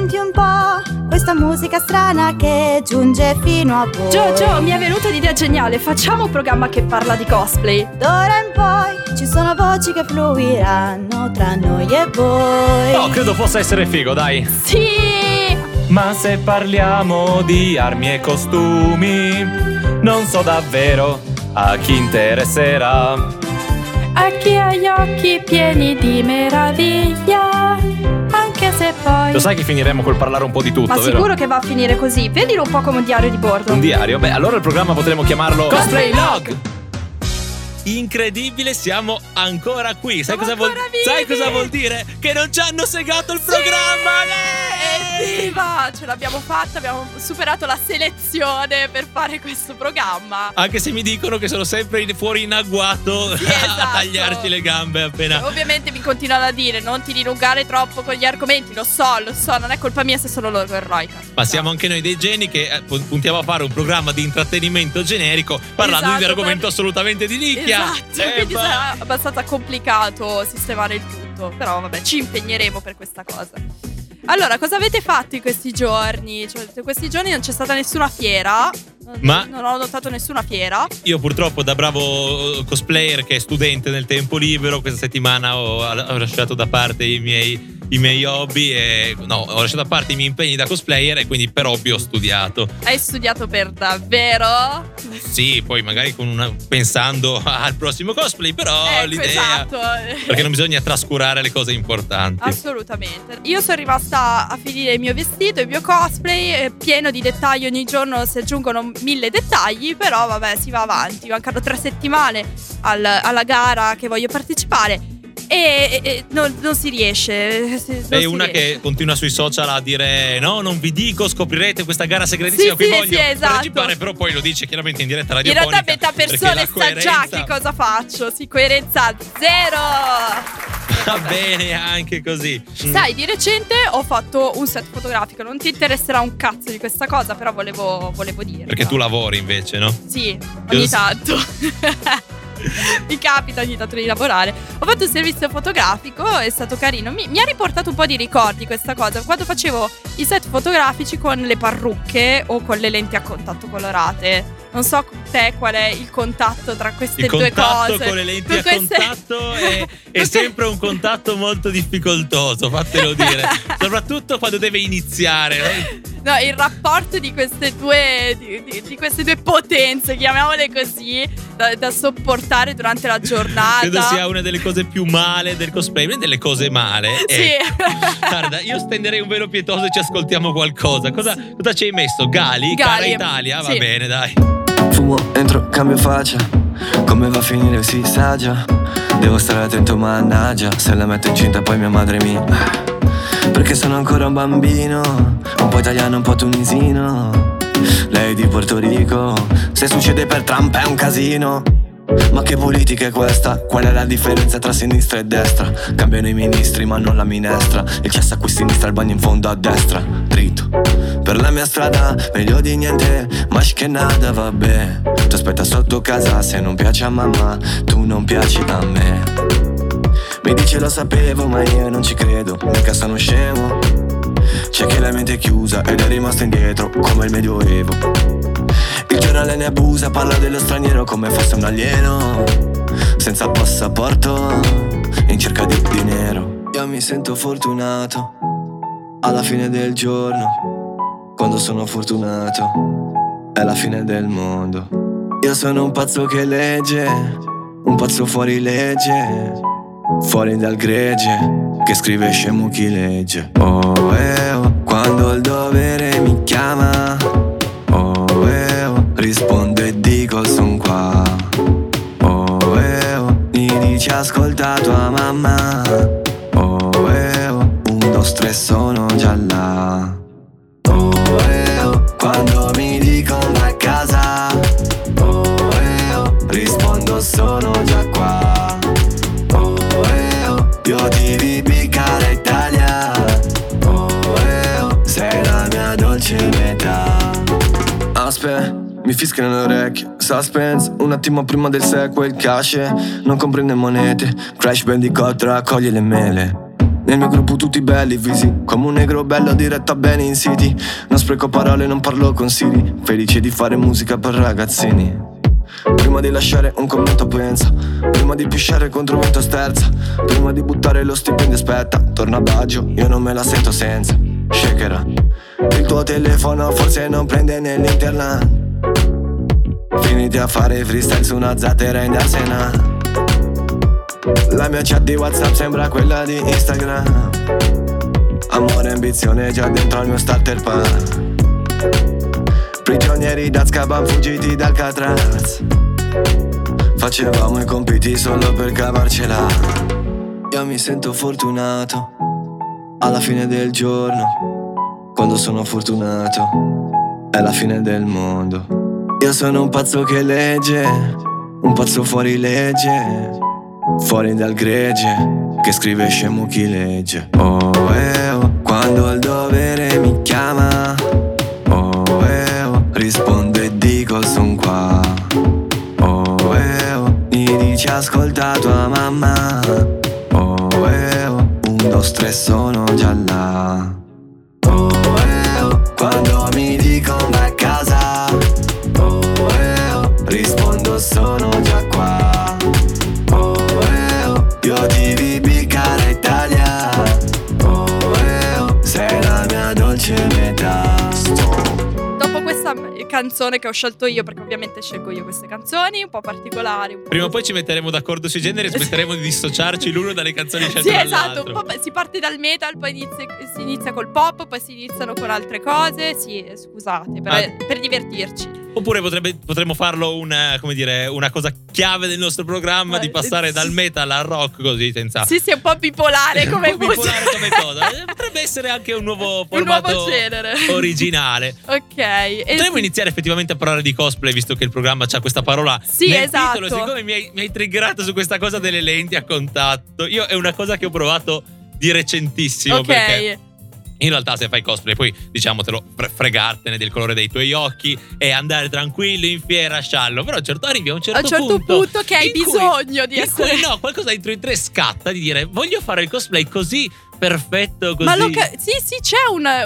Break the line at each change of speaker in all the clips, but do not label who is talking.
senti un po' questa musica strana che giunge fino a voi.
Gio, mi è venuta un'idea geniale. Facciamo un programma che parla di cosplay.
D'ora in poi ci sono voci che fluiranno tra noi e voi.
Oh, credo possa essere figo, dai.
Sì!
Ma se parliamo di armi e costumi, non so davvero a chi interesserà.
A chi ha gli occhi pieni di meraviglia, anche se poi...
Lo sai che finiremo col parlare un po' di tutto,
Ma
vero?
sicuro che va a finire così. Vedilo un po' come un diario di bordo.
Un diario? Beh, allora il programma potremmo chiamarlo
Cosplay Log.
Incredibile, siamo ancora qui. Sai
Siamo
cosa
ancora vivi.
sai cosa vuol dire? Che non ci hanno segato il programma.
Evviva! Ce l'abbiamo fatta, abbiamo superato la selezione per fare questo programma.
Anche se mi dicono che sono sempre fuori in agguato
Sì,
a
esatto.
tagliarci le gambe appena.
Ovviamente mi continuano a dire non ti dilungare troppo con gli argomenti. Lo so, non è colpa mia se sono loro eroica.
Ma siamo anche noi dei geni che puntiamo a fare un programma di intrattenimento generico parlando di un
Esatto,
argomento assolutamente di nicchia.
Esatto, quindi sarà abbastanza complicato sistemare il tutto. Però vabbè, ci impegneremo per questa cosa. Allora, cosa avete fatto in questi giorni? Cioè, in questi giorni non c'è stata nessuna fiera.
Ma-
non ho notato nessuna fiera.
Io purtroppo, da bravo cosplayer che è studente nel tempo libero, questa settimana ho lasciato da parte i miei hobby ho lasciato da parte i miei impegni da cosplayer e quindi per hobby ho studiato.
Hai studiato per davvero?
Sì, poi magari pensando al prossimo cosplay, però l'idea
Esatto.
perché non bisogna trascurare le cose importanti.
Assolutamente. Io sono rimasta a finire il mio vestito, il mio cosplay, pieno di dettagli. Ogni giorno si aggiungono 1000 dettagli, però vabbè, si va avanti. Mancano 3 settimane alla gara che voglio partecipare e non si riesce.
È una che continua sui social a dire no, non vi dico, scoprirete questa gara segretissima qui voglio
esatto.
partecipare, però poi lo dice chiaramente in diretta
In
radiofonica.
realtà metà persone sa già che cosa faccio. Sì, coerenza zero.
Va bene anche così.
Sai, di recente ho fatto un set fotografico. Non ti interesserà un cazzo di questa cosa, però volevo dire.
Perché tu lavori invece, no?
Sì, ogni tanto. Mi capita ogni tanto di lavorare. Ho fatto un servizio fotografico, è stato carino. Mi ha riportato un po' di ricordi questa cosa. Quando facevo i set fotografici con le parrucche o con le lenti a contatto colorate. Non so te qual è il contatto tra queste due cose.
Il contatto con le lenti a contatto è sempre un contatto molto difficoltoso, fatelo dire. Soprattutto quando deve iniziare.
No, il rapporto di queste due di queste due potenze, chiamiamole così, da sopportare durante la giornata.
Credo sia una delle cose più male del cosplay, una delle cose male.
Sì.
Guarda, io stenderei un velo pietoso e ci ascoltiamo qualcosa. Cosa ci hai messo? Gali? Cara Italia? Va
Sì.
bene, dai.
Fumo, entro, cambio faccia. Come va a finire si sa già. Devo stare attento, mannaggia. Se la metto incinta poi mia madre perché sono ancora un bambino, un po' italiano, un po' tunisino. Lei di Porto Rico, se succede per Trump è un casino. Ma che politica è questa? Qual è la differenza tra sinistra e destra? Cambiano i ministri ma non la minestra. Il cesso a qui sinistra, il bagno in fondo a destra. Dritto per la mia strada, meglio di niente, ma che nada, vabbè. Ti aspetta sotto casa, se non piace a mamma, tu non piaci a me. Mi dice lo sapevo, ma io non ci credo, mica sono scemo. C'è chi la mente è chiusa ed è rimasto indietro, come il medioevo. Il giornale ne abusa, parla dello straniero come fosse un alieno, senza passaporto, in cerca di dinero. Io mi sento fortunato, alla fine del giorno, quando sono fortunato, è la fine del mondo. Io sono un pazzo che legge, un pazzo fuori legge, fuori dal gregge, che scrive scemo chi legge. Oh, quando il dovere mi chiama, rispondo e dico son qua. Mi dice ascolta tua mamma. 1, 2, 3 sono già là. Quando mi dicono a casa, rispondo sono già qua. Io ti vivi cara Italia, sei la mia dolce metà. Aspetta, mi fischiano le orecchie, suspense, un attimo prima del sequel, cash, non comprende monete, Crash Bandicoot raccoglie le mele. Nel mio gruppo tutti belli visi, come un negro bello diretto a bene in city. Non spreco parole, non parlo con Siri, felice di fare musica per ragazzini. Prima di lasciare un commento pensa, prima di pisciare contro vento sterza, prima di buttare lo stipendio aspetta, torna a Baggio, io non me la sento senza. Shakera, il tuo telefono forse non prende nell'internet. Finiti a fare freestyle su una zattera in Arsena. La mia chat di WhatsApp sembra quella di Instagram. Amore e ambizione già dentro al mio starter pack. Prigionieri d'Azkaban fuggiti dal Alcatraz. Facevamo i compiti solo per cavarcela. Io mi sento fortunato alla fine del giorno. Quando sono fortunato è la fine del mondo. Io sono un pazzo che legge, un pazzo fuori legge, fuori dal gregge, che scrive scemo chi legge. Oh, oh, quando il dovere mi chiama, oh, rispondo e dico son qua. Oh, mi dici ascolta tua mamma. Oh, 1, 2, 3 sono già là. Oh, quando mi dicono vai a casa, oh, rispondo sono già qua. Oh, io ti vi biccare Italia. Oh, sei la mia dolce metà.
Dopo questa canzone che ho scelto io, perché ovviamente scelgo io queste canzoni un po' particolari, un po'
Prima o poi ci metteremo d'accordo sui generi e smetteremo di dissociarci l'uno dalle canzoni scelte
sì,
dall'altro.
esatto, un po' si parte dal metal, poi si inizia col pop, poi si iniziano con altre cose. Sì, scusate, per divertirci.
Oppure potremmo farlo una cosa chiave del nostro programma, di passare dal metal al rock così senza.
Sì, è un po' bipolare come
un po' bipolare come cosa. Potrebbe essere anche un nuovo formato,
un nuovo genere
originale.
Ok.
Potremmo iniziare effettivamente a parlare di cosplay, visto che il programma c'ha questa parola
sì,
nel
esatto.
titolo. Siccome mi hai triggerato su questa cosa delle lenti a contatto, io è una cosa che ho provato di recentissimo.
Ok.
Perché in realtà se fai cosplay poi diciamotelo fregartene del colore dei tuoi occhi e andare tranquillo in fiera a sciallo. Però arrivi a un certo
punto che hai bisogno di essere
no, qualcosa dentro di te scatta di dire voglio fare il cosplay così perfetto, così.
Ma sì, c'è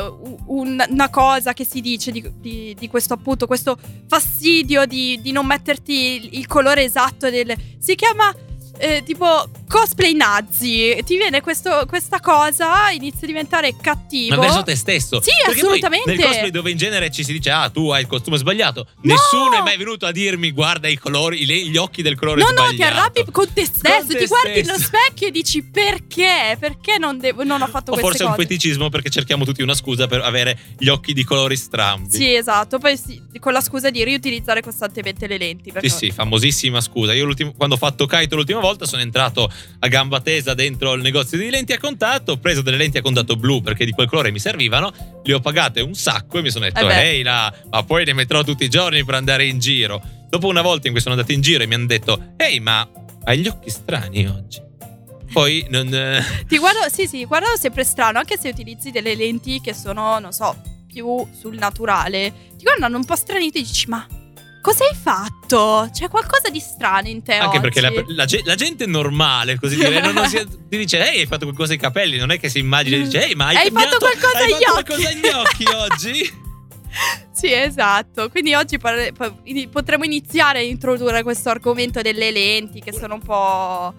una cosa che si dice di questo, appunto, questo fastidio di non metterti il colore esatto si chiama tipo cosplay nazi. Ti viene questa cosa, inizia a diventare cattivo.
Ma verso te stesso.
Sì,
perché
assolutamente.
Poi nel cosplay dove in genere ci si dice tu hai il costume sbagliato, nessuno è mai venuto a dirmi guarda i colori, gli occhi del colore sbagliato.
No, ti arrabbi con te stesso, ti guardi nello specchio e dici perché non ho fatto queste cose.
O forse è un feticismo perché cerchiamo tutti una scusa per avere gli occhi di colori strambi.
Sì, esatto. Poi con la scusa di riutilizzare costantemente le lenti.
Sì, famosissima scusa. Io quando ho fatto kite l'ultima volta sono entrato a gamba tesa dentro il negozio di lenti a contatto, ho preso delle lenti a contatto blu perché di quel colore mi servivano, le ho pagate un sacco e mi sono detto ehi là, ma poi ne metterò tutti i giorni per andare in giro. Dopo una volta in cui sono andato in giro e mi hanno detto ehi ma hai gli occhi strani oggi. Poi non
ti guardo, sì, guardalo sempre strano, anche se utilizzi delle lenti che sono, non so, più sul naturale, ti guardano un po' stranito e dici ma cosa hai fatto? C'è qualcosa di strano in te
anche
oggi.
Perché la gente normale, così dire, ti dice ehi hai fatto qualcosa ai capelli, non è che si immagina e dice ehi ma hai
fatto qualcosa
agli occhi oggi?
Sì, esatto. Quindi oggi potremmo iniziare a introdurre questo argomento delle lenti che sono un po'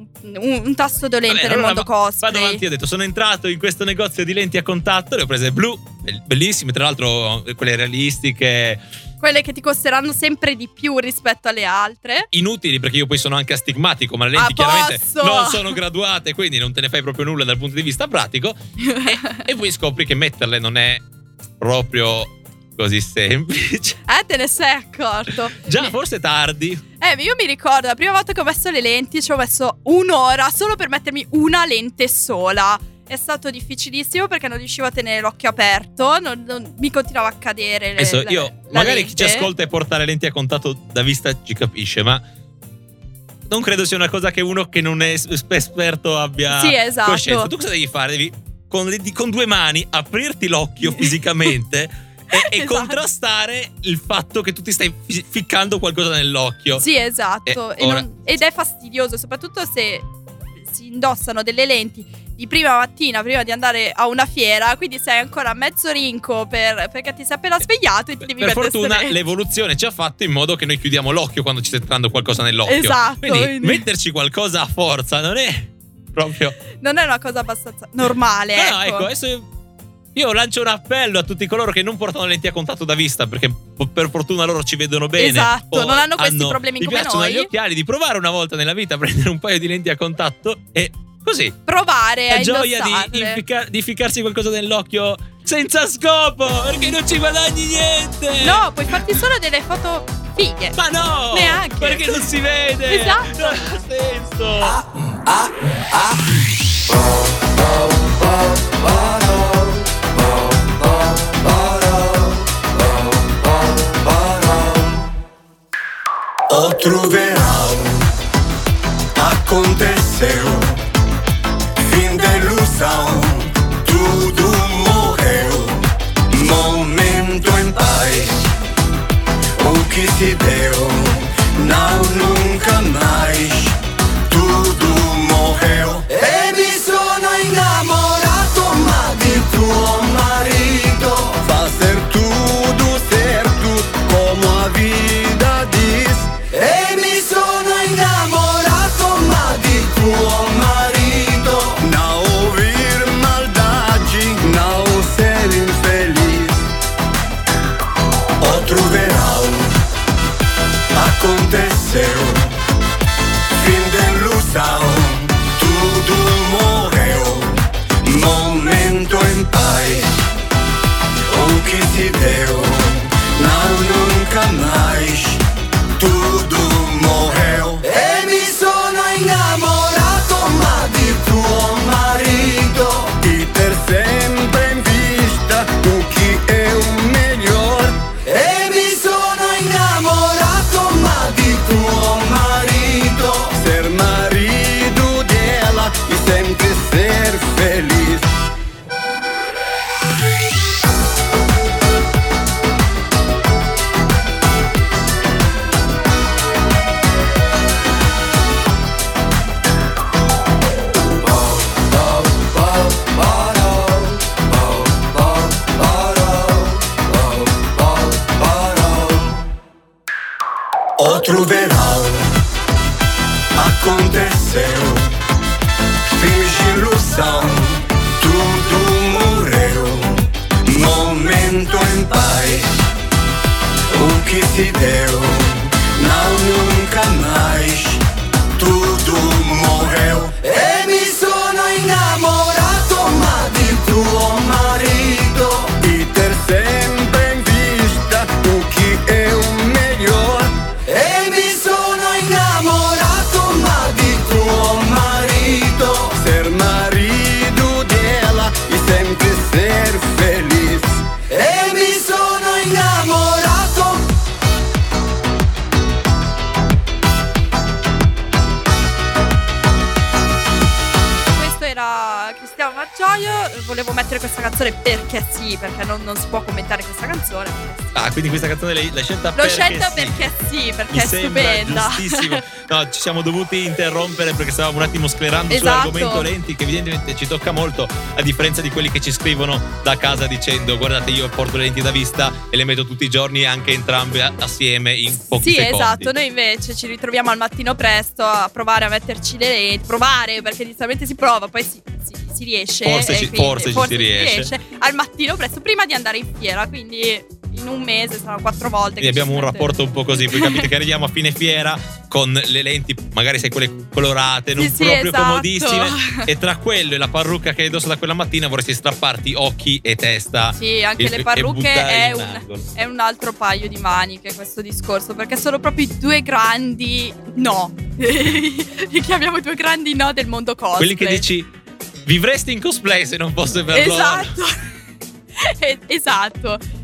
un tasto dolente nel mondo cosplay.
Vado avanti, ho detto sono entrato in questo negozio di lenti a contatto, le ho prese blu, bellissime, tra l'altro quelle realistiche,
quelle che ti costeranno sempre di più rispetto alle altre.
Inutili perché io poi sono anche astigmatico, ma le lenti chiaramente non sono graduate, quindi non te ne fai proprio nulla dal punto di vista pratico. e poi scopri che metterle non è proprio così semplice.
Te ne sei accorto?
Già, forse tardi.
Io mi ricordo la prima volta che ho messo le lenti ci ho messo un'ora solo per mettermi una lente sola. È stato difficilissimo perché non riuscivo a tenere l'occhio aperto, non mi continuava a cadere
magari
lente.
chi ci ascolta e porta le lenti a contatto da vista ci capisce, ma non credo sia una cosa che uno che non è esperto abbia coscienza. Tu cosa devi fare? Devi con due mani aprirti l'occhio fisicamente e contrastare il fatto che tu ti stai ficcando qualcosa nell'occhio.
Sì, esatto. Ed è fastidioso, soprattutto se si indossano delle lenti di prima mattina prima di andare a una fiera, quindi sei ancora mezzo rinco perché ti sei appena svegliato e ti devi
Per
mettere
fortuna
stretto.
l'evoluzione ci ha fatto in modo che noi chiudiamo l'occhio quando ci sta entrando qualcosa nell'occhio.
Esatto,
Quindi metterci qualcosa a forza non è proprio...
Non è una cosa abbastanza normale,
No, ecco, adesso io lancio un appello a tutti coloro che non portano lenti a contatto da vista, perché per fortuna loro ci vedono bene.
Esatto,
o
non hanno questi problemi
gli
come
piacciono
noi.
gli occhiali, di provare una volta nella vita a prendere un paio di lenti a contatto e così.
Provare a
La gioia
indossarle.
di ficcarsi qualcosa nell'occhio senza scopo, perché non ci guadagni niente.
No, puoi farti solo delle foto fighe.
Ma no!
Neanche.
Perché non si vede.
Esatto.
Non ha senso.
O troverò aconteceu fim de ilusão, tudo morreu, momento em paz, o que se deu, não nunca mais, tudo morreu. E mi sono innamorato ma di tuo marito, fazer tudo certo como a vida diz. E mi sono innamorato ma di tuo marito, não ouvir maldade, não ser infeliz. Outro verão aconteceu, fim de ilusão, tudo morreu, momento em paz, o que se deu, não nunca mais, tudo morreu. E mi sono innamorato ma di tuo marito, e ter sempre em vista o que é o melhor. E mi sono innamorato ma di tuo marito, ser marido dela e sempre ser feliz. Outro verão aconteceu, fins de ilusão, tudo morreu, momento em paz, o que se deu, não nunca mais, tudo morreu. E mi sono innamorato ma di tuo marito, e ter sempre em vista o que é o melhor. E mi sono innamorato ma di tuo marito, ser marido dela e sempre ser feliz. E mi sono innamorato.
Questo era Cristiano Margioglio. Volevo mettere questa canzone perché sì, perché non si può commentare questa canzone. Perché sì.
Ah, quindi questa canzone l'hai scelta
L'ho
perché
scelta
sì.
perché sì, perché
Mi
è
sembra
stupenda.
giustissimo. No, ci siamo dovuti interrompere perché stavamo un attimo sclerando
Esatto.
sull'argomento lenti, che evidentemente ci tocca molto, a differenza di quelli che ci scrivono da casa dicendo: guardate, io porto le lenti da vista e le metto tutti i giorni, anche entrambe assieme in pochi
Sì,
secondi.
esatto. Noi invece ci ritroviamo al mattino presto a provare a metterci le lenti. Provare, perché inizialmente si prova, poi si riesce.
Forse
e
ci
quindi
si riesce.
al mattino presto, prima di andare in fiera. Quindi in un mese saranno 4 volte.
Quindi abbiamo un rapporto un po' così. Poi capite che arriviamo a fine fiera con le lenti, magari sai quelle colorate, non
Sì,
proprio
esatto.
comodissime. E tra quello e la parrucca che hai indosso da quella mattina vorresti strapparti occhi e testa.
Sì, anche
e-
le
e
parrucche
buttare
è
in
un,
angolo.
è un altro paio di maniche questo discorso, perché sono proprio i due grandi no. Li chiamiamo i due grandi no del mondo cosplay.
Quelli che dici: vivresti in cosplay se non fosse per loro.
Esatto. Esatto.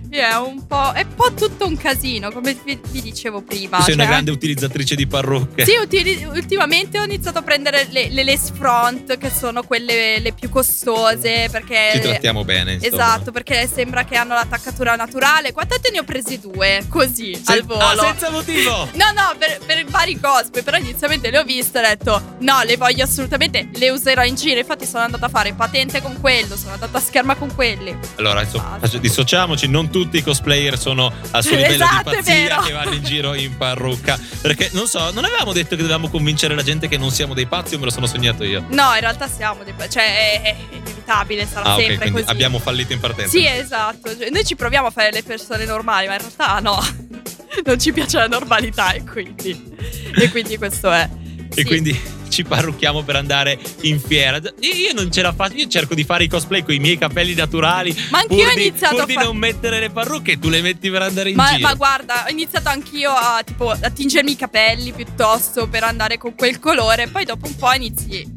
È un po' tutto un casino, come vi dicevo prima.
Tu sei una
cioè,
grande utilizzatrice di parrucche.
Sì, ultimamente ho iniziato a prendere le lace front, che sono quelle le più costose, perché
Ci trattiamo bene, insomma.
Esatto, perché sembra che hanno l'attaccatura naturale. Quantate ne ho presi 2, così, al volo.
Senza motivo!
No, per vari cosplay. Però inizialmente le ho viste e ho detto no, le voglio assolutamente, le userò in giro. Infatti sono andata a fare patente con quello, sono andata a scherma con quelli.
Allora, insomma, dissociamoci, non tutti i cosplayer sono al suo livello
Esatto,
di
è
pazzia
vero.
che vanno in giro in parrucca. Perché, non so, non avevamo detto che dovevamo convincere la gente che non siamo dei pazzi o me lo sono sognato io?
No, in realtà siamo cioè è inevitabile, sarà
Ok,
sempre
quindi
così.
abbiamo fallito in partenza.
Sì, esatto. Cioè, noi ci proviamo a fare le persone normali, ma in realtà no. Non ci piace la normalità e quindi questo è.
E
Sì.
quindi ci parrucchiamo per andare in fiera. Io non ce la faccio, io cerco di fare i cosplay con i miei capelli naturali.
Ma anch'io
pur
ho iniziato
pur
a
di
fare.
non mettere le parrucche e tu le metti per andare in
Ma
giro.
guarda, ho iniziato anch'io a tingermi i capelli piuttosto per andare con quel colore. Poi dopo un po' inizi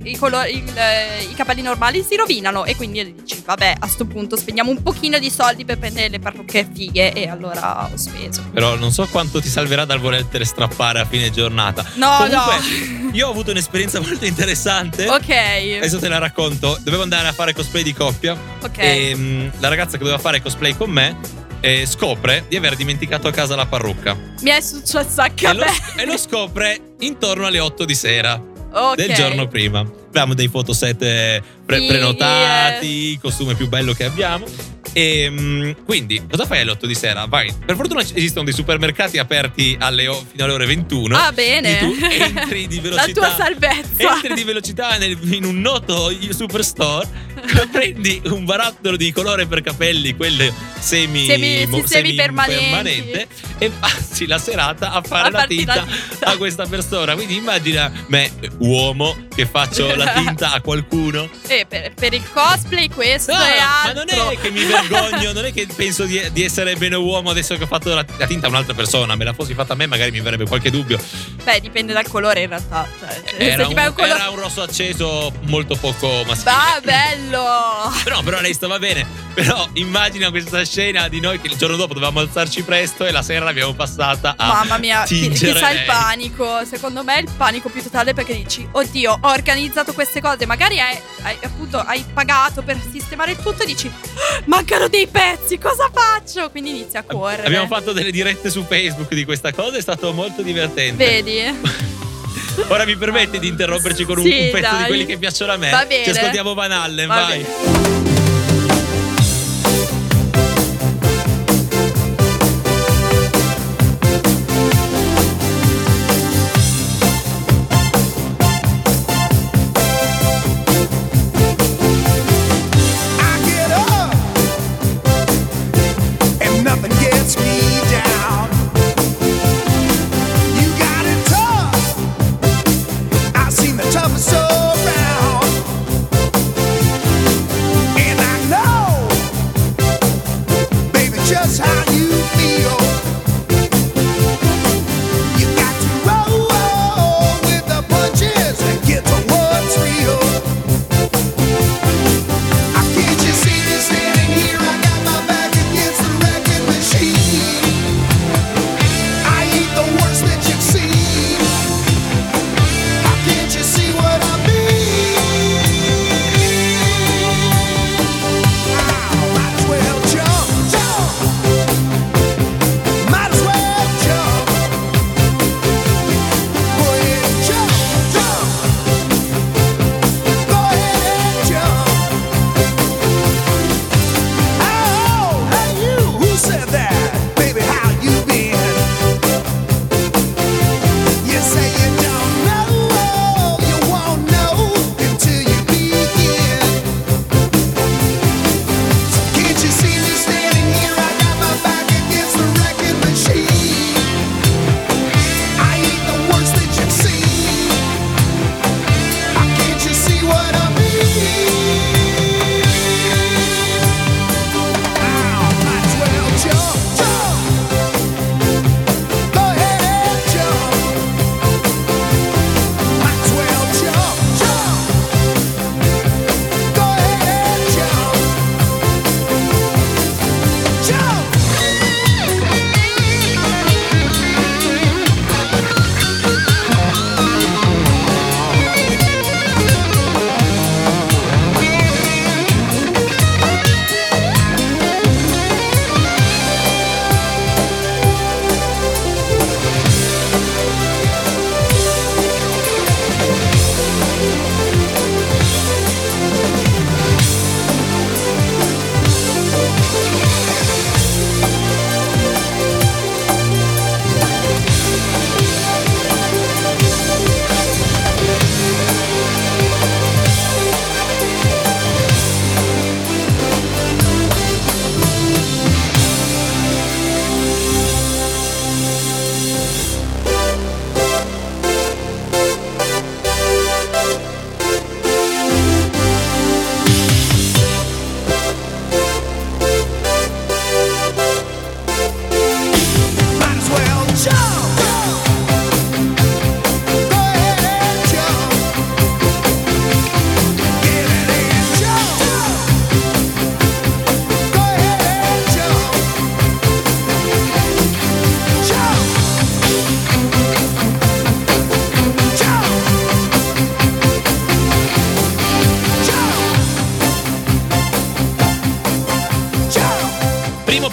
i capelli normali si rovinano. E quindi dici, vabbè, a sto punto spendiamo un pochino di soldi per prendere le parrucche fighe. E allora ho speso.
Però non so quanto ti salverà dal volertele strappare a fine giornata.
No,
Comunque,
no.
io ho avuto un'esperienza molto interessante.
Ok.
Adesso te la racconto. Dovevo andare a fare cosplay di coppia.
Ok.
E la ragazza che doveva fare cosplay con me scopre di aver dimenticato a casa la parrucca.
Mi è successo anche a me.
E lo scopre intorno alle 8 di sera
Ok.
del giorno prima. Abbiamo dei fotoset prenotati, il costume più bello che abbiamo. E quindi cosa fai alle 8 di sera? Vai. Per fortuna esistono dei supermercati aperti fino alle ore 21.
Ah, bene.
E tu entri di velocità.
La tua salvezza.
Entri di velocità in un noto superstore, prendi un barattolo di colore per capelli, quello semi-permanente, e passi la serata a fare la tinta a questa persona. Quindi immagina me, uomo, che faccio la tinta a qualcuno.
Per il cosplay questo
No,
è
ma
altro.
non è che mi vergogno, non è che penso di essere bene uomo adesso che ho fatto la tinta a un'altra persona. Me la fossi fatta a me magari mi verrebbe qualche dubbio.
Beh, dipende dal colore in realtà. Cioè,
Era
se ti fai un colore.
un rosso acceso molto poco maschile.
Va, bello.
Però lei stava bene. Però immagina questa scena di noi che il giorno dopo dovevamo alzarci presto e la sera l'abbiamo passata a
Mamma mia,
tingere
chissà il
lei.
panico. Secondo me è il panico più totale, perché dici, oddio, ho organizzato queste cose. Magari hai pagato per sistemare il tutto e dici, mancano dei pezzi, cosa faccio? Quindi inizi a correre.
Abbiamo fatto delle dirette su Facebook di questa cosa, è stato molto divertente.
Vedi?
Ora mi permetti di interromperci con un
Sì,
pezzo
dai.
di quelli che piacciono a me?
Va bene.
Ci ascoltiamo Van Allen,
Va
vai.
bene.
I get up and nothing gets me down. You got it tough. I've seen the toughest around.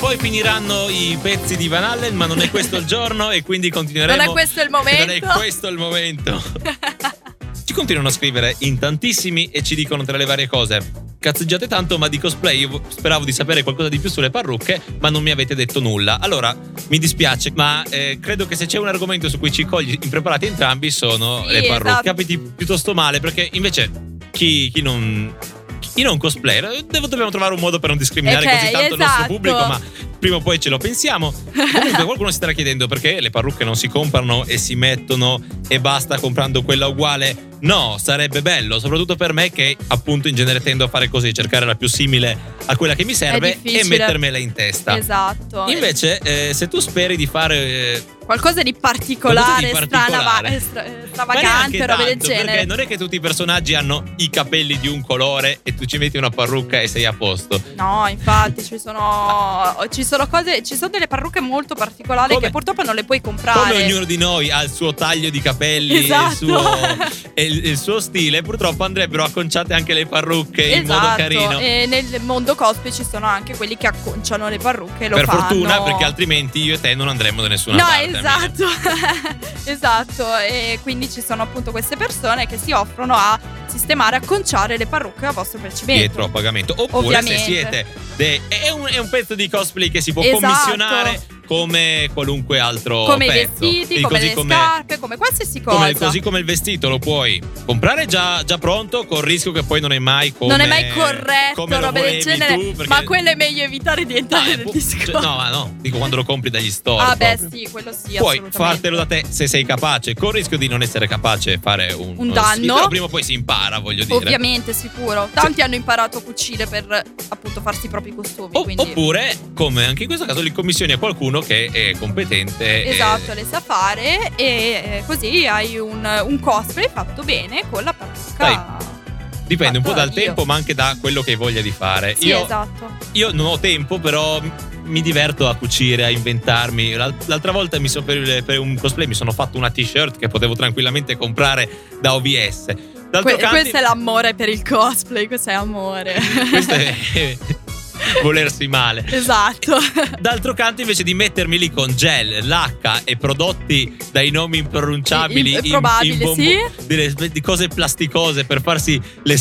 poi finiranno i pezzi di Van Halen, ma non è questo il giorno e quindi continueremo.
Non è questo il momento.
Non è questo il momento. Ci continuano a scrivere in tantissimi e ci dicono tra le varie cose: cazzeggiate tanto, ma di cosplay io speravo di sapere qualcosa di più sulle parrucche, ma non mi avete detto nulla. Allora, mi dispiace, ma credo che se c'è un argomento su cui ci cogli impreparati entrambi sono
Sì,
le parrucche.
esatto.
Capiti piuttosto male, perché invece chi non cosplayer, dobbiamo trovare un modo per non discriminare
Ok,
così tanto il nostro
esatto.
pubblico, ma prima o poi ce lo pensiamo. Comunque qualcuno si starà chiedendo perché le parrucche non si comprano e si mettono e basta comprando quella uguale. No, sarebbe bello, soprattutto per me che appunto in genere tendo a fare così, cercare la più simile a quella che mi serve e
difficile.
mettermela in testa.
Esatto.
Invece se tu speri di fare
qualcosa di particolare,
qualcosa di particolare,
stravagante, robe del genere.
perché non è che tutti i personaggi hanno i capelli di un colore e tu ci metti una parrucca e sei a posto.
No, infatti ci sono cose, ci sono delle parrucche molto particolari
Come-
che purtroppo non le puoi comprare.
Come ognuno di noi ha il suo taglio di capelli
Esatto.
e il suo stile, purtroppo andrebbero acconciate anche le parrucche in modo carino.
E nel mondo cosplay ci sono anche quelli che acconciano le parrucche e lo
Per
fanno.
fortuna, perché altrimenti io e te non andremo da nessuna
No,
parte.
esatto. Esatto. E quindi ci sono appunto queste persone che si offrono a sistemare, acconciare le parrucche a vostro piacimento.
Dietro a pagamento. Oppure
Ovviamente.
se siete è un pezzo di cosplay che si può
Esatto.
commissionare come qualunque altro
Come i
pezzo.
vestiti,
E
come
così
le scarpe, come qualsiasi cosa.
così come il vestito lo puoi comprare già pronto, col rischio che poi non è mai come
Non è mai corretto,
come lo
robe del
volevi
genere.
tu, perché-
Ma quello è meglio evitare di entrare nel discorso.
cioè, no, dico quando lo compri dagli store.
Ah, beh,
proprio.
sì, quello sì.
Puoi
assolutamente.
fartelo da te se sei capace, col rischio di non essere capace e fare
Un danno.
Sì, però prima o poi si impara, voglio dire.
Ovviamente, sicuro. Tanti hanno imparato a cucire per appunto farsi i propri costumi. Quindi.
Oppure, come anche in questo caso, li commissioni a qualcuno che è competente.
Esatto, le sa fare e così hai un cosplay fatto bene con la parrucca.
Dai, dipende un po'
fatto
dal
da Dio.
tempo, ma anche da quello che hai voglia di fare.
Sì, esatto.
Io non ho tempo, però mi diverto a cucire, a inventarmi. L'altra volta per un cosplay mi sono fatto una t-shirt che potevo tranquillamente comprare da OVS. D'altro canto,
Questo è l'amore per il cosplay, questo è amore.
questo è volersi male.
Esatto.
D'altro canto, invece di mettermi lì con gel, lacca e prodotti dai nomi impronunciabili,
Improbabili, sì.
di cose plasticose per farsi le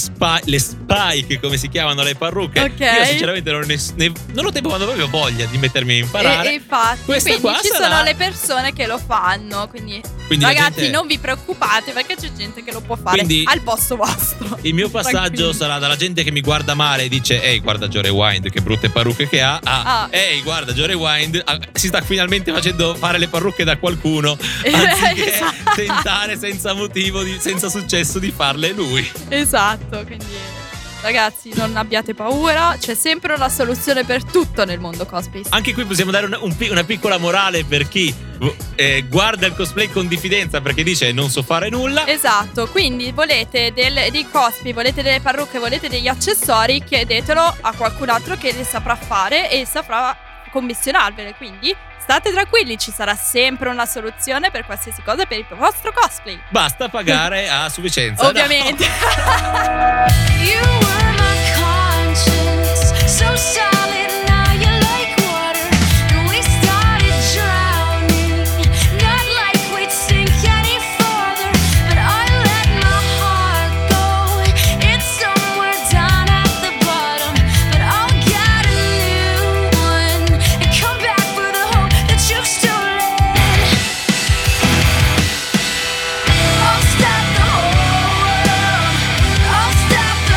spike, come si chiamano le parrucche.
Ok.
Io sinceramente non ho tempo, quando avevo voglia di mettermi a imparare.
E infatti,
Questa
quindi
qua
ci
sarà-
sono le persone che lo fanno. Quindi
la
ragazzi,
gente-
non vi preoccupate, perché c'è gente che lo può fare
Quindi-
al posto vostro.
Il mio passaggio
Tranquilli.
sarà dalla gente che mi guarda male e dice: ehi, guarda Joe Rewind, che brutte parrucche che ha.
Ah.
Ehi, guarda Joe Rewind, si sta finalmente facendo fare le parrucche da qualcuno, anziché
Esatto.
tentare senza motivo, senza successo, di farle lui.
Esatto, quindi ragazzi, non abbiate paura, c'è sempre una soluzione per tutto nel mondo cosplay.
Anche qui possiamo dare una piccola morale per chi guarda il cosplay con diffidenza perché dice non so fare nulla.
Esatto, quindi volete dei cosplay, volete delle parrucche, volete degli accessori, chiedetelo a qualcun altro che le saprà fare e saprà commissionarvele. Quindi state tranquilli, ci sarà sempre una soluzione per qualsiasi cosa per il vostro cosplay.
Basta pagare a sufficienza.
Ovviamente.
You were my conscience, so solid now you're like water, and we started drowning, not like we'd sink any farther, but I let my heart go, it's somewhere down at the bottom, but I'll get a new one, and come back for the hope that you've stolen. I'll stop the whole world, I'll stop the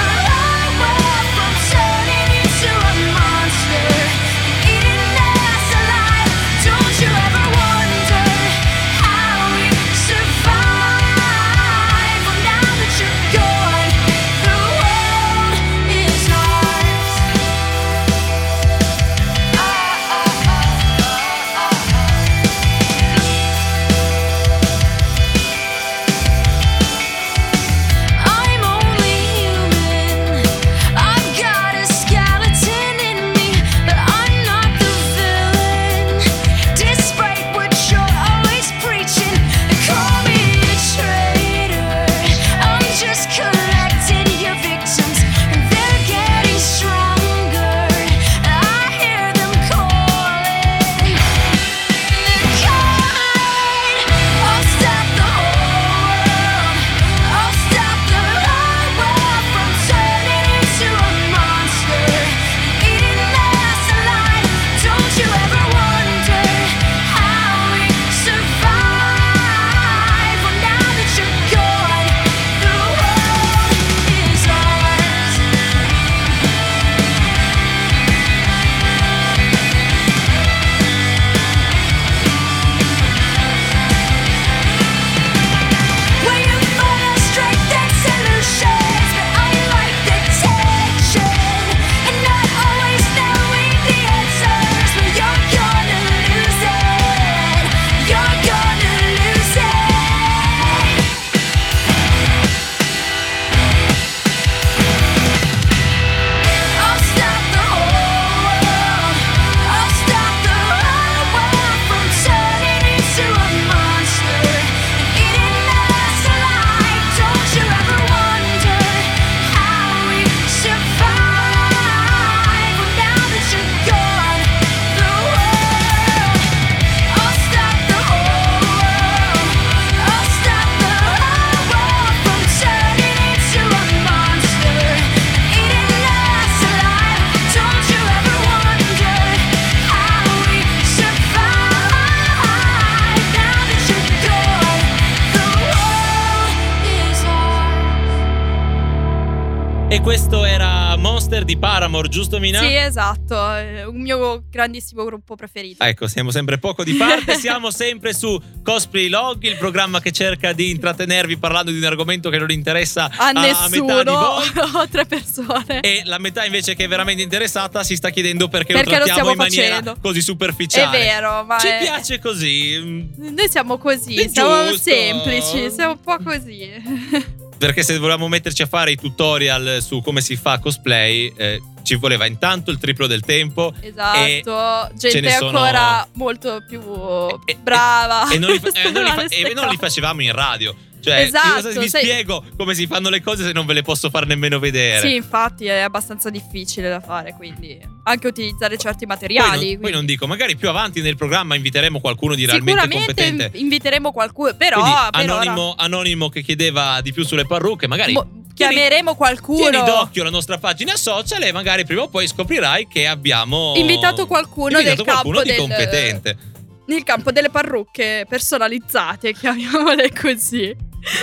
E questo era Monster di Paramore, giusto Mina?
Sì, esatto, un mio grandissimo gruppo preferito.
Ecco, siamo sempre poco di parte, siamo sempre su Cosplay Log, il programma che cerca di intrattenervi parlando di un argomento che non interessa
A
metà di
nessuno
voi.
o 3 persone.
E la metà invece che è veramente interessata si sta chiedendo perché
Perché
lo
lo
trattiamo
stiamo
in maniera
facendo.
così
È
superficiale.
vero, ma
Ci
è-
piace così.
noi siamo così,
È
siamo
giusto.
semplici, siamo un po' così.
Perché se volevamo metterci a fare i tutorial su come si fa cosplay, ci voleva intanto il triplo del tempo.
Esatto,
ce
gente
ne sono-
ancora molto più
e-
brava.
E non li, non li fa-
Queste
e non li
cose.
facevamo in radio. Cioè,
Esatto,
io cosa vi
sai-
spiego come si fanno le cose se non ve le posso far nemmeno vedere?
Sì, infatti è abbastanza difficile da fare, quindi anche utilizzare certi
Poi
materiali.
non, poi non dico, magari più avanti nel programma inviteremo qualcuno di
quindi
realmente
sicuramente
competente.
inviteremo qualcuno, però
Quindi
per ora
anonimo che chiedeva di più sulle parrucche, magari
chiameremo qualcuno.
tieni d'occhio la nostra pagina social e magari prima o poi scoprirai che abbiamo
Invitato qualcuno del
qualcuno
campo
di
del-
competente.
Nel campo delle parrucche personalizzate, chiamiamole così.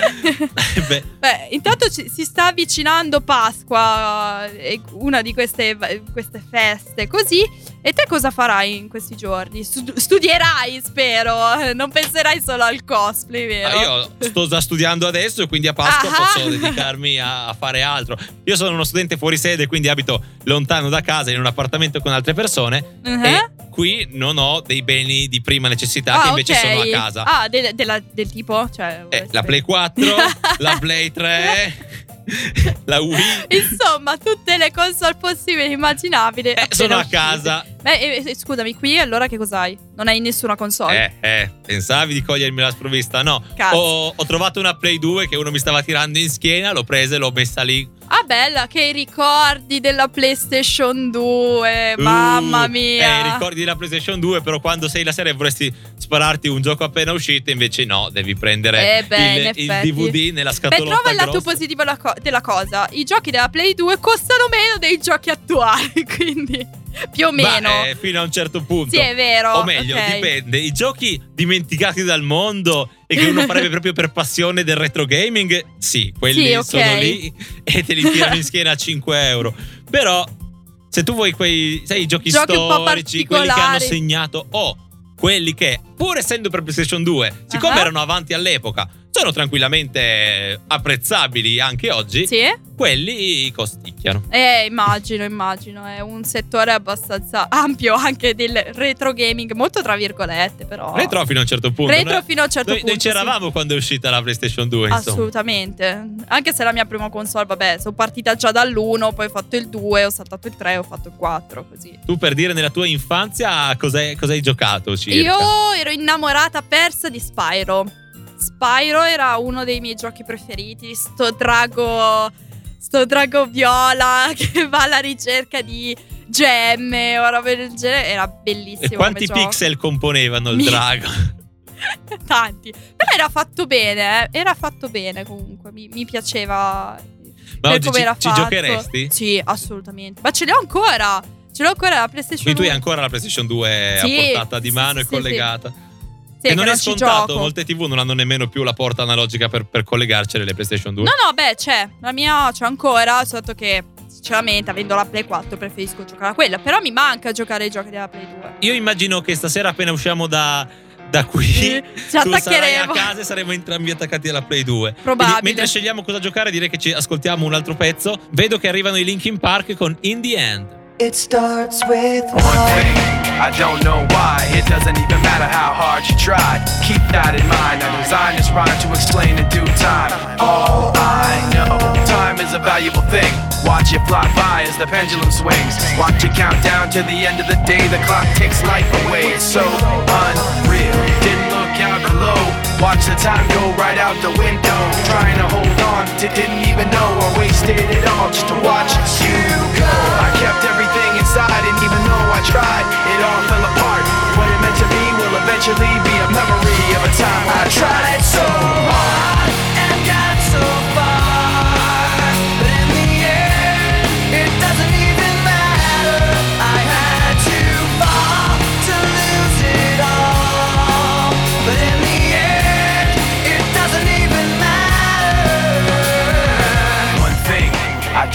Beh,
Beh, intanto si sta avvicinando Pasqua, una di queste feste, così. E te cosa farai in questi giorni? Studierai, spero. Non penserai solo al cosplay, vero?
io sto già studiando adesso e quindi a Pasqua
Ah.
posso dedicarmi a fare altro. Io sono uno studente fuori sede, quindi abito lontano da casa in un appartamento con altre persone e qui non ho dei beni di prima necessità che invece
ok.
sono a casa.
Ah, del tipo? Cioè,
La Play 4, la Play 3, la Wii.
Insomma, tutte le console possibili e immaginabili. appena
Sono a
uscite.
casa.
Beh, scusami, qui allora che cos'hai? Non hai nessuna console?
Pensavi di cogliermi la sprovvista? No,
Cazzo.
ho trovato una Play 2 che uno mi stava tirando in schiena, l'ho presa e l'ho messa lì.
Ah, bella, che ricordi della PlayStation 2, mamma mia.
Ricordi della PlayStation 2, però quando sei la sera e vorresti spararti un gioco appena uscito, invece no, devi prendere
in
il
effetti.
DVD nella
Beh,
scatoletta
trova il lato
grossa.
positivo della cosa. I giochi della Play 2 costano meno dei giochi attuali, quindi più o meno.
Ma, fino a un certo punto.
Sì, è vero.
O meglio,
ok.
dipende. I giochi dimenticati dal mondo e che uno farebbe proprio per passione del retro gaming, sì, quelli
Sì, ok.
sono lì e te li tirano in schiena a 5 euro. Però, se tu vuoi quei, sai, i giochi
Giochi un po'
storici, quelli che hanno
particolari.
segnato, o quelli che, pur essendo per PlayStation 2, siccome
Ah.
erano avanti all'epoca, sono tranquillamente apprezzabili anche oggi,
Sì?
quelli costicchiano.
Immagino. È un settore abbastanza ampio anche del retro gaming, molto tra virgolette, però.
Retro fino a un certo punto.
Retro
Noi-
fino a un certo
noi,
punto.
Noi c'eravamo quando è uscita la PlayStation 2,
Sì.
insomma.
Assolutamente. Anche se la mia prima console, vabbè, sono partita già dall'1, poi ho fatto il 2, ho saltato il 3, ho fatto il 4, così.
Tu, per dire, nella tua infanzia cosa hai giocato circa?
Io ero innamorata persa di Spyro. Spyro era uno dei miei giochi preferiti. Sto drago viola che va alla ricerca di gemme o robe del genere. Era bellissimo.
E quanti
come gioco.
pixel componevano il
Mi-
drago?
Tanti. Però era fatto bene, Era fatto bene comunque. Mi piaceva.
Ma
per
oggi
come era
ci
fatto.
giocheresti?
Sì, assolutamente. Ma ce l'ho ancora. Ce l'ho ancora la PlayStation
Quindi tu hai
1.
ancora la PlayStation 2
Sì,
a portata di
sì,
mano
sì,
e
sì,
collegata.
Sì,
E non
che
è
ci
scontato,
gioco.
molte TV non hanno nemmeno più la porta analogica per collegarcele le PlayStation 2.
No, beh, c'è. La mia c'è ancora. Sotto che, sinceramente, avendo la Play 4, preferisco giocare a quella. Però mi manca giocare ai giochi della Play 2.
Io immagino che stasera, appena usciamo da qui,
Ci
tu sarai a
attaccheremo.
casa e saremo entrambi attaccati alla Play 2.
Probabile.
Quindi, mentre scegliamo cosa giocare, direi che ci ascoltiamo un altro pezzo. Vedo che arrivano i Linkin Park con In the End.
It starts with
One thing, I don't know why. It doesn't even matter how hard you try. Keep that in mind. I designed this rhyme to explain in due time. All I know, time is a valuable thing. Watch it fly by as the pendulum swings. Watch it count down to the end of the day. The clock takes life away. It's so unreal. Didn't look out below. Watch the time go right out the window. Trying to hold on to didn't even know I wasted it all just to watch you go. I kept everything inside, and even though I tried, it all fell apart. What it meant to be will eventually be a memory of a time I tried so hard and got so far. But in the end, it doesn't even matter. I had to fall to lose it all. But in the end, it doesn't even matter. One thing, I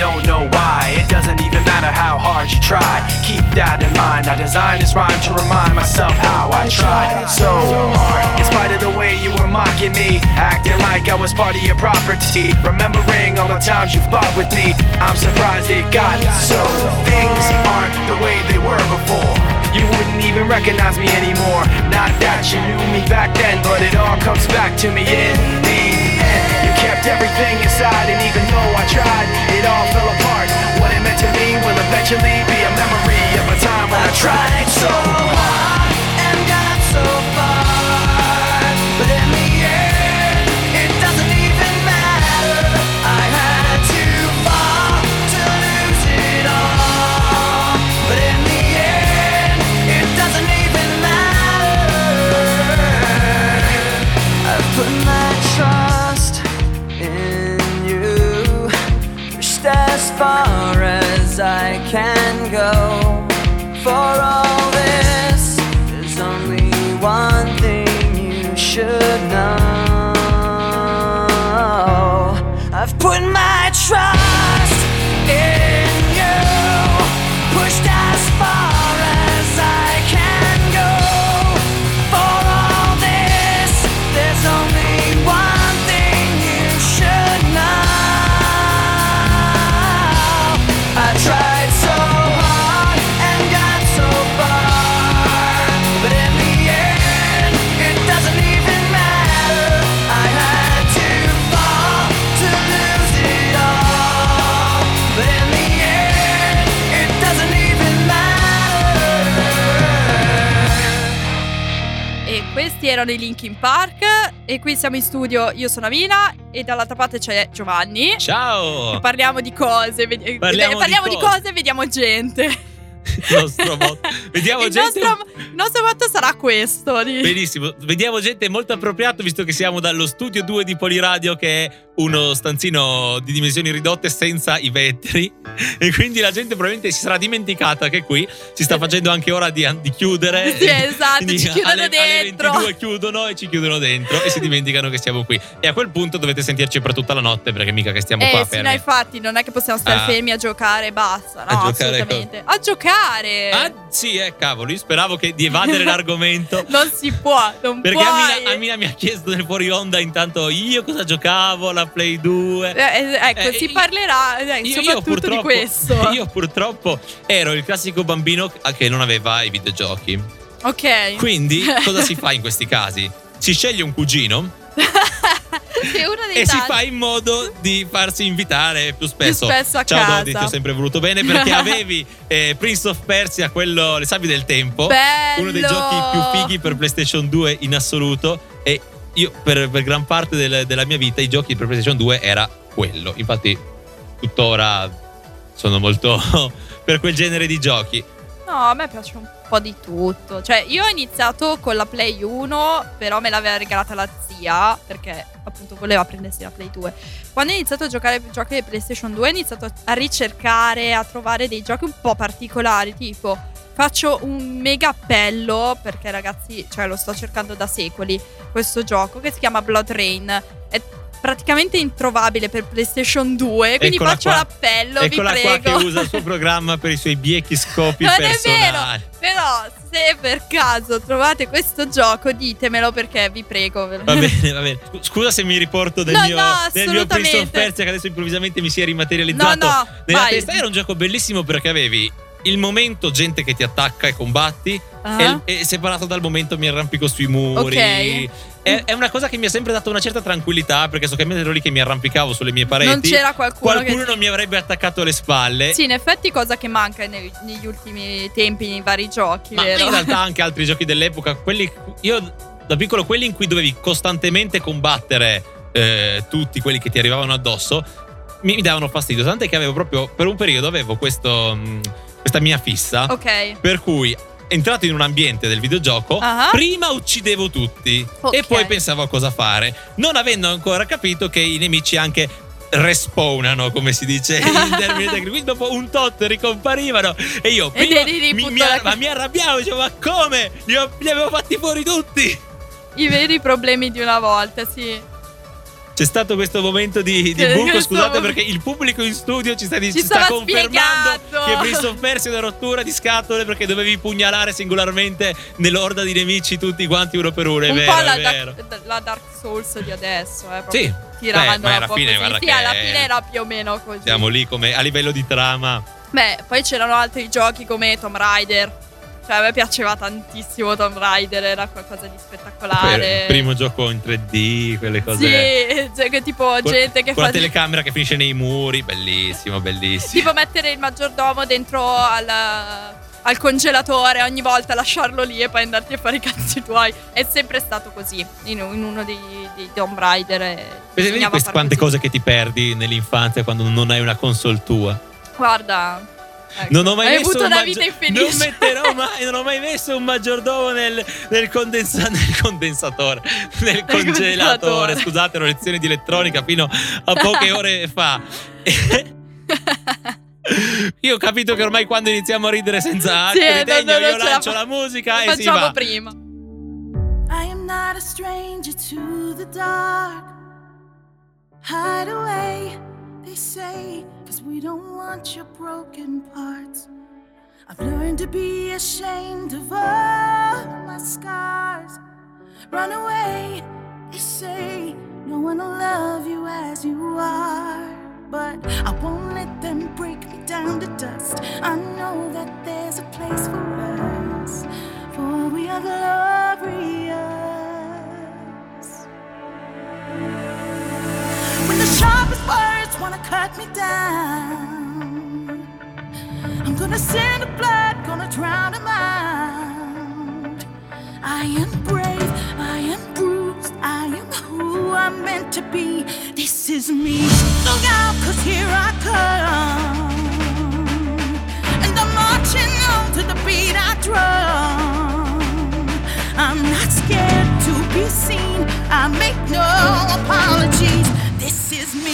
know why. It doesn't even matter how hard you try. Keep that in mind. I designed this rhyme to remind myself how I tried so hard. In spite of the way you were mocking me, acting like I was part of your property, remembering all the times you fought with me, I'm surprised it got so. Things aren't the way they were before. You wouldn't even recognize me anymore. Not that you knew me back then, but it all comes back to me in the end. You kept everything inside, and even though I tried, it all fell apart. What it meant to me will eventually be a memory of a time when I tried so hard and got so far, but in the end, it doesn't even matter. I had to fall to lose it all, but in the end, it doesn't even matter. I've put my trust in you, pushed as far as I can go. For all this, there's only one thing you should know. I've put my trust in you, pushed as far as I can go. For all this, there's only one thing you should know. I tried so hard and got so far, but in the end, it doesn't even matter. I had to fall to lose it all, but in the end, it doesn't even matter.
E questi erano i Linkin Park. E qui siamo in studio, io sono Amina e dall'altra parte c'è Giovanni.
Ciao!
Parliamo di cose, parliamo di cose e vediamo gente.
Il nostro motto. Vediamo
Il
gente.
nostro motto sarà questo.
Benissimo, vediamo gente molto appropriato, visto che siamo dallo studio 2 di Poliradio, che è uno stanzino di dimensioni ridotte senza i vetri, e quindi la gente probabilmente si sarà dimenticata che qui si sta facendo anche ora di chiudere.
Sì, esatto,
Quindi
ci chiudono dentro.
Alle 22 chiudono e ci chiudono dentro e si dimenticano che siamo qui, e a quel punto dovete sentirci per tutta la notte, perché mica che stiamo qua
Sì,
fermi.
no, infatti non è che possiamo stare fermi a giocare e basta. No,
A giocare
assolutamente. A giocare.
Ah sì, cavolo, io speravo di evadere l'argomento.
Non si può, non
Perché
puoi.
Amina mi ha chiesto nel fuori onda intanto io cosa giocavo, la Play 2.
Ecco, si parlerà soprattutto di questo.
Io purtroppo ero il classico bambino che non aveva i videogiochi.
Ok.
Quindi cosa si fa in questi casi? Si sceglie un cugino
È uno dei
e si
tanti.
fa in modo di farsi invitare più spesso.
Più spesso a
Ciao
casa.
Dodi, ti ho sempre voluto bene, perché avevi Prince of Persia, quello, le sabbie del tempo.
Bello!
Uno dei giochi più fighi per PlayStation 2 in assoluto. E io per gran parte della mia vita i giochi per PlayStation 2 era quello. Infatti tuttora sono molto per quel genere di giochi.
No, a me piace un po' di tutto. Cioè, io ho iniziato con la Play 1, però me l'aveva regalata la zia, perché appunto voleva prendersi la Play 2. Quando ho iniziato a giocare ai giochi di PlayStation 2, ho iniziato a ricercare, a trovare dei giochi un po' particolari, tipo faccio un mega appello, perché ragazzi, cioè lo sto cercando da secoli, questo gioco che si chiama Blood Rain. È praticamente introvabile per PlayStation 2, quindi
Eccola
faccio
qua.
l'appello,
Eccola
vi
qua
prego.
che usa il suo programma per i suoi biechi scopi
Non
personali.
è vero, però se per caso trovate questo gioco ditemelo, perché vi prego.
Va bene, va bene. Scusa se mi riporto del
No,
mio,
no,
del mio Prince of
assolutamente.
Persia, che adesso improvvisamente mi si è rimaterializzato
No,
nella
vai.
testa. Era un gioco bellissimo perché avevi il momento gente che ti attacca e combatti,
Ah.
e separato dal momento mi arrampico sui muri.
Ok.
È una cosa che mi ha sempre dato una certa tranquillità, perché so che mentre ero lì che mi arrampicavo sulle mie pareti,
Non c'era qualcuno che-
non mi avrebbe attaccato alle spalle.
Sì, in effetti cosa che manca negli ultimi tempi nei vari giochi,
Ma
vero?
in realtà anche altri giochi dell'epoca, io da piccolo, quelli in cui dovevi costantemente combattere tutti quelli che ti arrivavano addosso, mi davano fastidio. Tant'è che avevo proprio, per un periodo avevo questa mia fissa,
Ok.
per cui entrato in un ambiente del videogioco,
Ah.
prima uccidevo tutti
Ok.
e poi pensavo a cosa fare, non avendo ancora capito che i nemici anche respawnano, come si dice in termini tecnici. Quindi dopo un tot ricomparivano e io
Ed
prima
eri
mi,
buttato
mi arrabbiavo, dicevo ma come? Li avevo fatti fuori tutti.
I veri problemi di una volta, sì.
c'è stato questo momento di buco, scusate, perché il pubblico in studio ci sta
stava
confermando
spiegando.
che Prince of Persia è una rottura di scatole perché dovevi pugnalare singolarmente nell'orda di nemici tutti quanti uno per uno. È
un
vero,
po'
è vero.
la Dark Souls di adesso, proprio
Sì,
tirando
ma
un
alla
po'
fine,
così.
guarda
Sì,
che
alla fine era più o meno così.
Siamo lì come a livello di trama.
Beh, poi c'erano altri giochi come Tomb Raider. Cioè, a me piaceva tantissimo Tomb Raider, era qualcosa di spettacolare.
Il primo gioco in 3D, quelle cose.
Sì, cioè, che tipo gente che
con
fa
la telecamera che finisce nei muri, bellissimo, bellissimo.
tipo mettere il maggiordomo dentro al congelatore, ogni volta lasciarlo lì e poi andarti a fare i cazzi tuoi. È sempre stato così in uno dei Tomb Raider.
Vedi quante cose che ti perdi nell'infanzia quando non hai una console tua.
Guarda, ecco,
Non ho mai
hai
messo
avuto
un
una vita infelice.
non ho mai messo un maggiordomo nel condensatore, nel congelatore. Scusate, ero lezioni di elettronica fino a poche ore fa. Io ho capito che ormai quando iniziamo a ridere senza altro ritegno, io lancio la musica e si va.
Facciamo prima.
I am not a stranger to the dark. Hide away, they say, 'cause we don't want your broken parts. I've learned to be ashamed of all my scars. Run away, they say, no one will love you as you are. But I won't let them break me down to dust. I know that there's a place for us, for we are glorious. When the sharpest words wanna cut me down, I'm gonna send the blood, gonna drown them out. I am brave, I am bruised, I am who I'm meant to be. This is me. Look out, 'cause here I come, and I'm marching on to the beat I drum. I'm not scared to be seen, I make no apologies. This is me.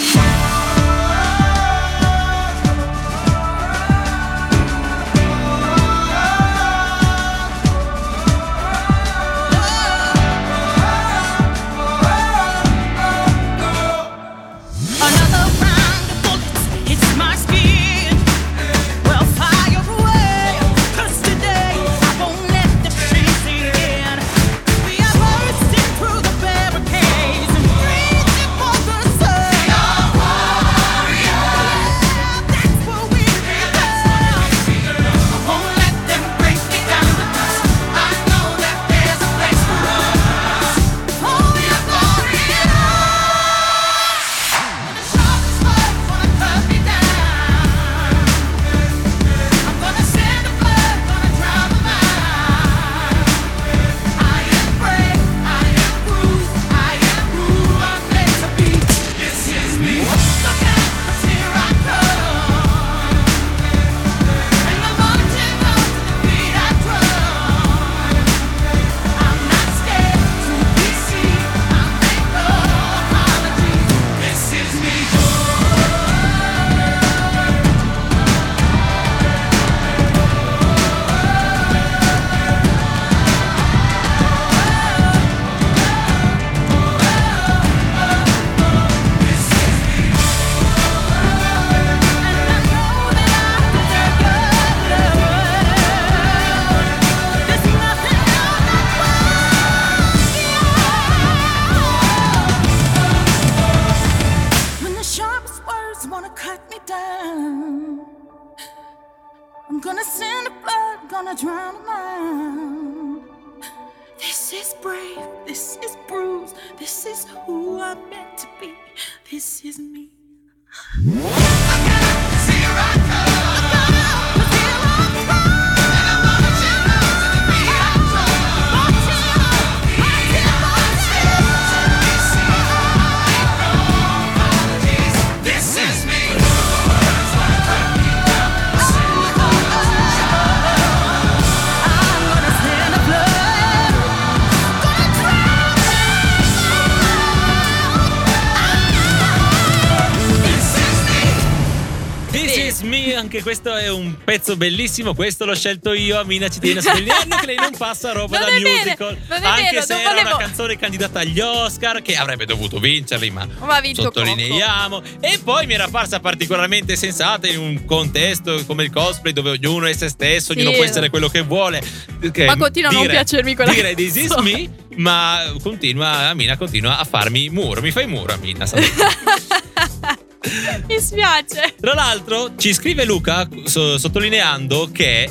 Another round of bullets, it's my skin. Well, fire away, 'cause today I won't let the shame sink in. We are bursting through the barricades and reaching for the sun. That's what we become. I won't let them break me down to dust. I know that there's a place for us. Oh, we are glorious. The sharpest words wanna cut me down. I'm gonna send the blood, gonna drown them out. I am brave, I am bruised, I am who I'm meant to be. This is me. Look out, 'cause here I come, and I'm marching on to the beat I drum. I'm not scared to be seen, I make no apologies. This is me. When the sharpest words wanna cut me down, I'm gonna send the blood, gonna drown them out. This is brave, this is bruised, this is who I'm meant to be. This is me. This is me. I'm gonna send the blood, gonna drown them out. This is me.
anche questo è un pezzo bellissimo. Questo l'ho scelto io. Amina ci tiene a sottolineare che lei non passa roba
Non
da
è vero,
musical.
non è
Anche
vero,
se
non
era
volevo-
una canzone candidata agli Oscar, che avrebbe dovuto vincerli, ma
ha vinto
sottolineiamo. E poi mi era parsa particolarmente sensata in un contesto come il cosplay, dove ognuno è se stesso, ognuno può essere quello che vuole.
Ma continua a non piacermi quella
dire This is
canzone.
me, ma Amina continua a farmi muro. Mi fai muro, Amina.
Mi spiace.
Tra l'altro ci scrive Luca sottolineando che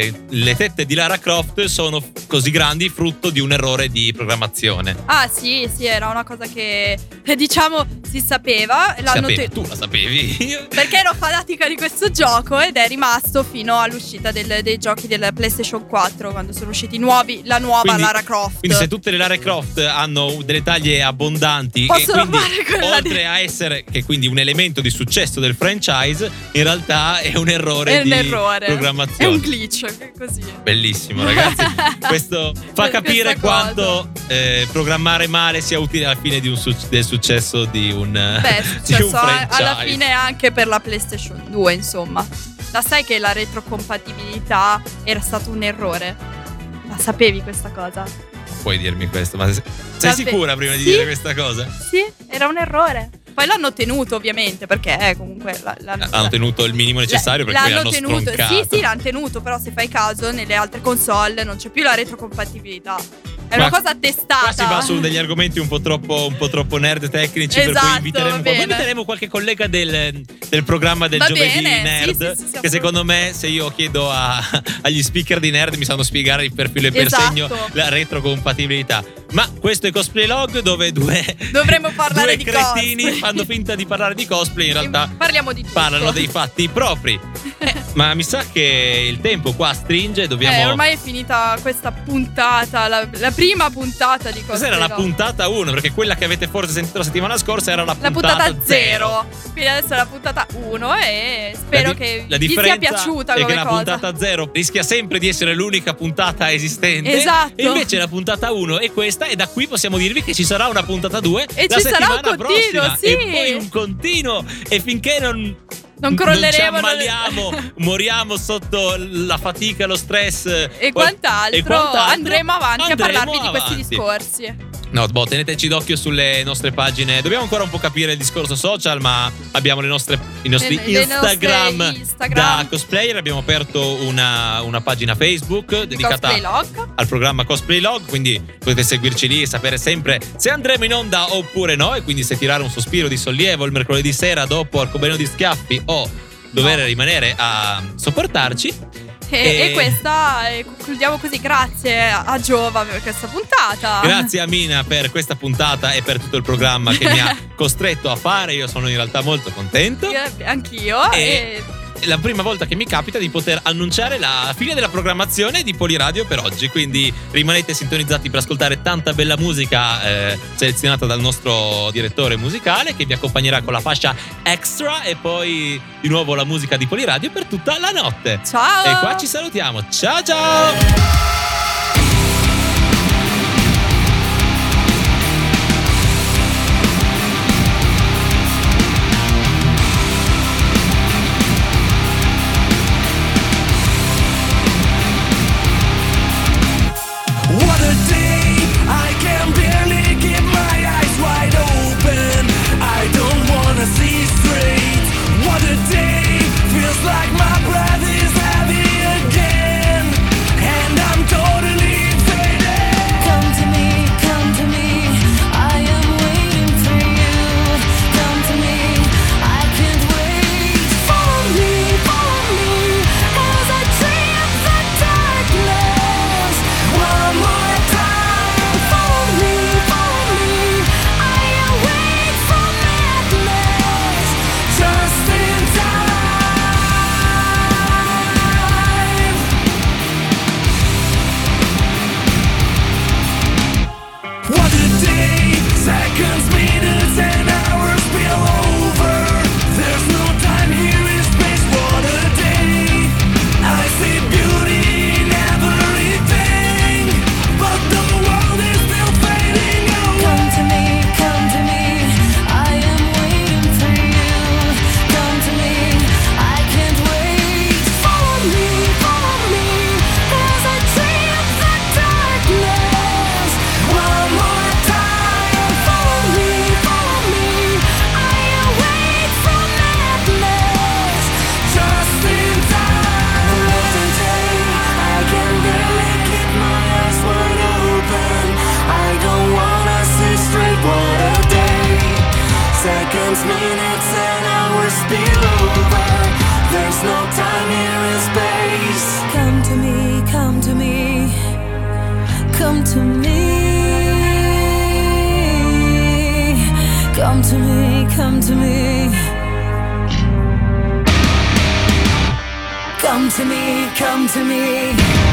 le tette di Lara Croft sono così grandi frutto di un errore di programmazione.
Ah sì, era una cosa che diciamo si sapeva.
Tu la sapevi?
Perché ero fanatica di questo gioco ed è rimasto fino all'uscita dei giochi del PlayStation 4, quando sono usciti la nuova
Quindi-
Lara Croft.
Quindi se tutte le Lara Croft hanno delle taglie abbondanti
Possono
e quindi
fare quella
oltre a essere che quindi un elemento di successo del franchise, in realtà è un errore
È
di
un errore.
programmazione.
È un glitch, così.
Bellissimo, ragazzi. Questo fa capire
Questa
quanto programmare male sia utile alla fine del successo di un,
Beh, è
di un
successo
franchise.
alla fine anche per la PlayStation 2, insomma. La sai che la retrocompatibilità era stato un errore? La sapevi questa cosa?
Puoi dirmi questo, ma sei
Vabbè,
sicura prima di
sì.
dire questa cosa?
Sì, era un errore. Poi l'hanno tenuto, ovviamente, perché comunque
Hanno tenuto il minimo necessario perché poi l'hanno
tenuto.
stroncato.
Sì, l'hanno tenuto, però se fai caso nelle altre console non c'è più la retrocompatibilità. È
Ma
una cosa attestata.
Qua si va su degli argomenti un po' troppo nerd tecnici, per
Esatto,
cui inviteremo,
va bene.
inviteremo qualche collega del programma del
Va
giovedì
bene,
nerd,
sì,
che secondo me se io chiedo agli speaker di nerd mi sanno spiegare il perfilo e per
Esatto.
segno la retrocompatibilità. Ma questo è Cosplay Log, dove
Dovremmo parlare
due
di
cretini
cosplay.
fanno finta di parlare di cosplay, in realtà
Parliamo di tutto.
parlano dei fatti propri. Ma mi sa che il tempo qua stringe, dobbiamo...
Ormai è finita questa puntata, la prima puntata di
Questa era la
Cosplay Log.
puntata 1, perché quella che avete forse sentito la settimana scorsa era la
La
puntata
puntata 0. Quindi adesso è la puntata 1 e spero che
la
vi sia
differenza
piaciuta
è
come
che la
cosa.
puntata 0 rischia sempre di essere l'unica puntata esistente.
Esatto.
E invece la puntata 1 è questa, e da qui possiamo dirvi che ci sarà una puntata 2
E
la
ci sarà
settimana
un continuo,
prossima.
sì.
E poi un continuo. E finché non
crolleremo,
ci ammaliamo, moriamo sotto la fatica, lo stress
E quant'altro, andremo avanti a parlarvi di questi
avanti.
discorsi.
No, teneteci d'occhio sulle nostre pagine. Dobbiamo ancora un po' capire il discorso social, ma abbiamo i nostri
Le
Instagram,
nostre Instagram.
da cosplayer. Abbiamo aperto una pagina Facebook dedicata
Cosplay Log.
al programma Cosplay Log, quindi potete seguirci lì e sapere sempre se andremo in onda oppure no, e quindi se tirare un sospiro di sollievo il mercoledì sera dopo Arcobaleno di Schiaffi o dover rimanere a sopportarci.
E questa concludiamo così. Grazie a Giova per questa puntata.
Grazie a Mina per questa puntata e per tutto il programma che mi ha costretto a fare. Io sono in realtà molto contento.
Anch'io.
E è la prima volta che mi capita di poter annunciare la fine della programmazione di Poliradio per oggi. Quindi rimanete sintonizzati per ascoltare tanta bella musica selezionata dal nostro direttore musicale, che vi accompagnerà con la fascia Extra, e poi di nuovo la musica di Poliradio per tutta la notte.
Ciao.
E qua ci salutiamo. Ciao ciao.
What a day, I can barely get my eyes wide open. I don't wanna see straight. What a day, feels like my breath is heavy again. And I'm torn
to me. Come to me, come to me. Come to me, come to me.